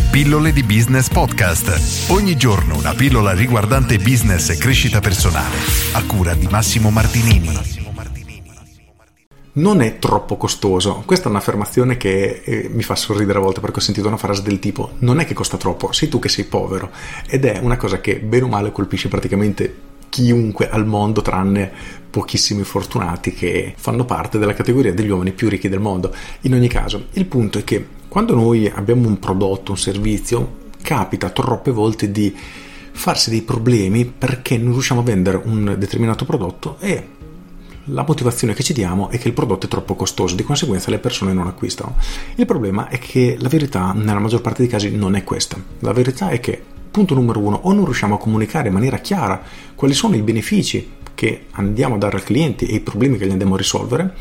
Pillole di Business Podcast. Ogni giorno una pillola riguardante business e crescita personale. A cura di Massimo Martinini. Non è troppo costoso. Questa è un'affermazione che mi fa sorridere a volte, perché ho sentito una frase del tipo: non è che costa troppo, sei tu che sei povero. Ed è una cosa che bene o male colpisce praticamente chiunque al mondo, tranne pochissimi fortunati che fanno parte della categoria degli uomini più ricchi del mondo. In ogni caso, il punto è che quando noi abbiamo un prodotto, un servizio, capita troppe volte di farsi dei problemi perché non riusciamo a vendere un determinato prodotto e la motivazione che ci diamo è che il prodotto è troppo costoso, di conseguenza le persone non acquistano. Il problema è che la verità nella maggior parte dei casi non è questa. La verità è che, punto numero uno, o non riusciamo a comunicare in maniera chiara quali sono i benefici che andiamo a dare al cliente e i problemi che gli andiamo a risolvere,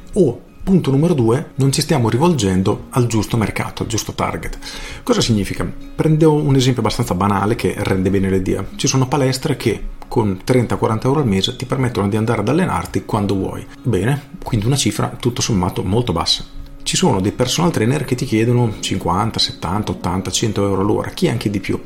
o punto numero due, non ci stiamo rivolgendo al giusto mercato, al giusto target. Cosa significa? Prendo un esempio abbastanza banale che rende bene l'idea. Ci sono palestre che con 30-40 euro al mese ti permettono di andare ad allenarti quando vuoi. Bene, quindi una cifra tutto sommato molto bassa. Ci sono dei personal trainer che ti chiedono 50, 70, 80, 100 euro all'ora, chi anche di più.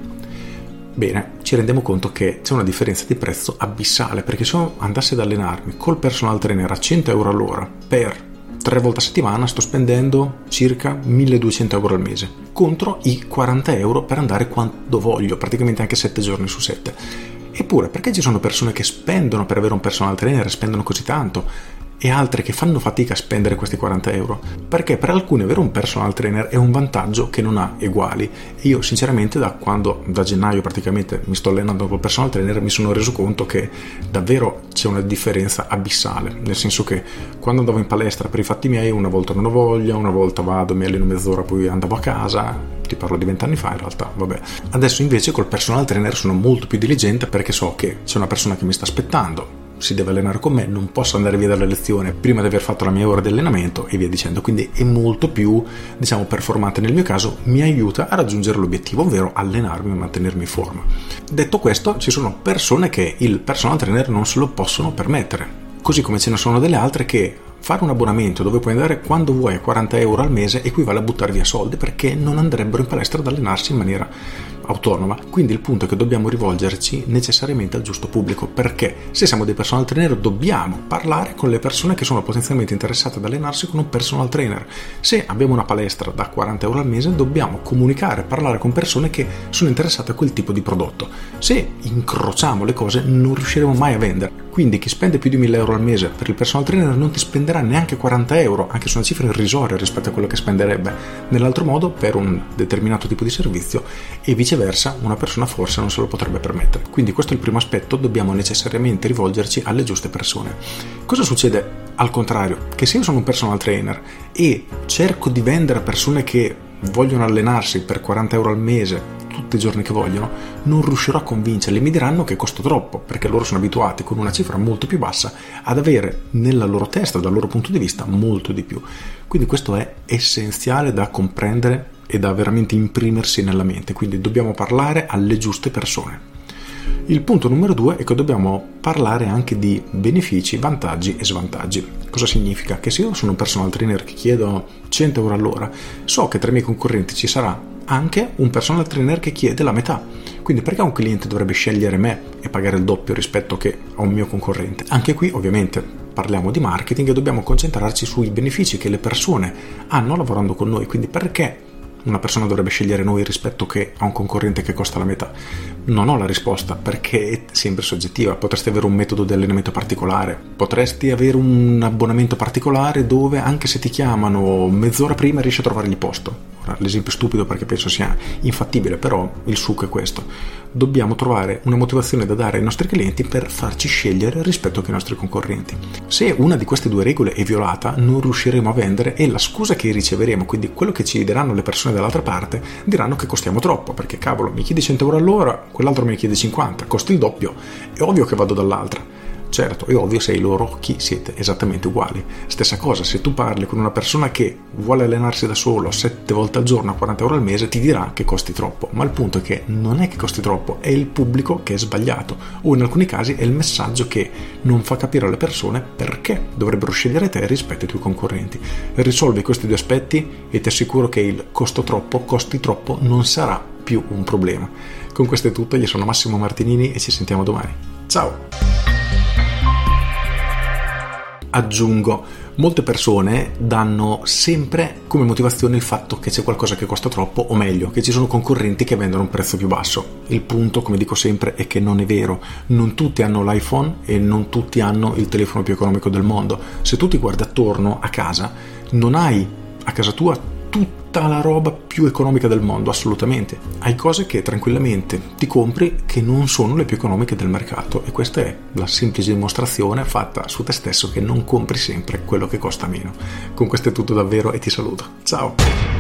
Bene, ci rendiamo conto che c'è una differenza di prezzo abissale, perché se io andassi ad allenarmi col personal trainer a 100 euro all'ora per 3 volte a settimana sto spendendo circa 1200 euro al mese, contro i 40 euro per andare quando voglio, praticamente anche 7 giorni su 7. Eppure, perché ci sono persone che spendono per avere un personal trainer, spendono così tanto, e altre che fanno fatica a spendere questi 40 euro? Perché per alcuni avere un personal trainer è un vantaggio che non ha eguali. E io sinceramente da gennaio praticamente mi sto allenando col personal trainer, mi sono reso conto che davvero c'è una differenza abissale, nel senso che quando andavo in palestra per i fatti miei una volta non ho voglia, una volta vado, mi alleno mezz'ora, poi andavo a casa, ti parlo di 20 anni fa in realtà, vabbè. Adesso invece col personal trainer sono molto più diligente, perché so che c'è una persona che mi sta aspettando, si deve allenare con me, non posso andare via dalle lezioni prima di aver fatto la mia ora di allenamento e via dicendo. Quindi è molto più, performante. Nel mio caso mi aiuta a raggiungere l'obiettivo, ovvero allenarmi e mantenermi in forma. Detto questo, ci sono persone che il personal trainer non se lo possono permettere, così come ce ne sono delle altre che fare un abbonamento dove puoi andare quando vuoi a 40 euro al mese equivale a buttare via soldi, perché non andrebbero in palestra ad allenarsi in maniera autonoma. Quindi il punto è che dobbiamo rivolgerci necessariamente al giusto pubblico, perché se siamo dei personal trainer dobbiamo parlare con le persone che sono potenzialmente interessate ad allenarsi con un personal trainer. Se abbiamo una palestra da 40 euro al mese dobbiamo comunicare, parlare con persone che sono interessate a quel tipo di prodotto. Se incrociamo le cose non riusciremo mai a vendere. Quindi chi spende più di 1000 euro al mese per il personal trainer non ti spenderà neanche 40 euro, anche su una cifra irrisoria rispetto a quello che spenderebbe nell'altro modo per un determinato tipo di servizio, e viceversa una persona forse non se lo potrebbe permettere. Quindi questo è il primo aspetto, dobbiamo necessariamente rivolgerci alle giuste persone. Cosa succede al contrario? Che se io sono un personal trainer e cerco di vendere a persone che vogliono allenarsi per 40 euro al mese tutti i giorni che vogliono, non riuscirò a convincerli, mi diranno che costo troppo, perché loro sono abituati con una cifra molto più bassa ad avere nella loro testa, dal loro punto di vista, molto di più. Quindi questo è essenziale da comprendere e da veramente imprimersi nella mente. Quindi dobbiamo parlare alle giuste persone. Il punto numero 2 è che dobbiamo parlare anche di benefici, vantaggi e svantaggi. Cosa significa? Che se io sono un personal trainer che chiedo 100 euro all'ora, so che tra i miei concorrenti ci sarà anche un personal trainer che chiede la metà. Quindi perché un cliente dovrebbe scegliere me e pagare il doppio rispetto che a un mio concorrente? Anche qui ovviamente parliamo di marketing e dobbiamo concentrarci sui benefici che le persone hanno lavorando con noi. Quindi perché una persona dovrebbe scegliere noi rispetto che a un concorrente che costa la metà? Non ho la risposta, perché è sempre soggettiva. Potresti avere un metodo di allenamento particolare, potresti avere un abbonamento particolare dove anche se ti chiamano mezz'ora prima riesci a trovargli posto. Ora, l'esempio è stupido perché penso sia infattibile, però il succo è questo: dobbiamo trovare una motivazione da dare ai nostri clienti per farci scegliere rispetto ai nostri concorrenti. Se una di queste due regole è violata non riusciremo a vendere, e la scusa che riceveremo, quindi quello che ci diranno le persone dall'altra parte, diranno che costiamo troppo, perché cavolo, mi chiedi 100 euro all'ora, quell'altro me ne chiede 50, costi il doppio, è ovvio che vado dall'altra. certo, è ovvio, se ai loro occhi siete esattamente uguali. Stessa cosa, se tu parli con una persona che vuole allenarsi da solo 7 volte al giorno a 40 euro al mese, ti dirà che costi troppo, ma il punto è che non è che costi troppo, è il pubblico che è sbagliato, o in alcuni casi è il messaggio che non fa capire alle persone perché dovrebbero scegliere te rispetto ai tuoi concorrenti. Risolvi questi due aspetti e ti assicuro che il costi troppo non sarà più un problema. Con questo è tutto, io sono Massimo Martinini e ci sentiamo domani. Ciao! Aggiungo, molte persone danno sempre come motivazione il fatto che c'è qualcosa che costa troppo, o meglio, che ci sono concorrenti che vendono a un prezzo più basso. Il punto, come dico sempre, è che non è vero. Non tutti hanno l'iPhone e non tutti hanno il telefono più economico del mondo. Se tu ti guardi attorno a casa, non hai a casa tua tutta la roba più economica del mondo, assolutamente. Hai cose che tranquillamente ti compri che non sono le più economiche del mercato, e questa è la semplice dimostrazione fatta su te stesso che non compri sempre quello che costa meno. Con questo è tutto davvero e ti saluto. Ciao!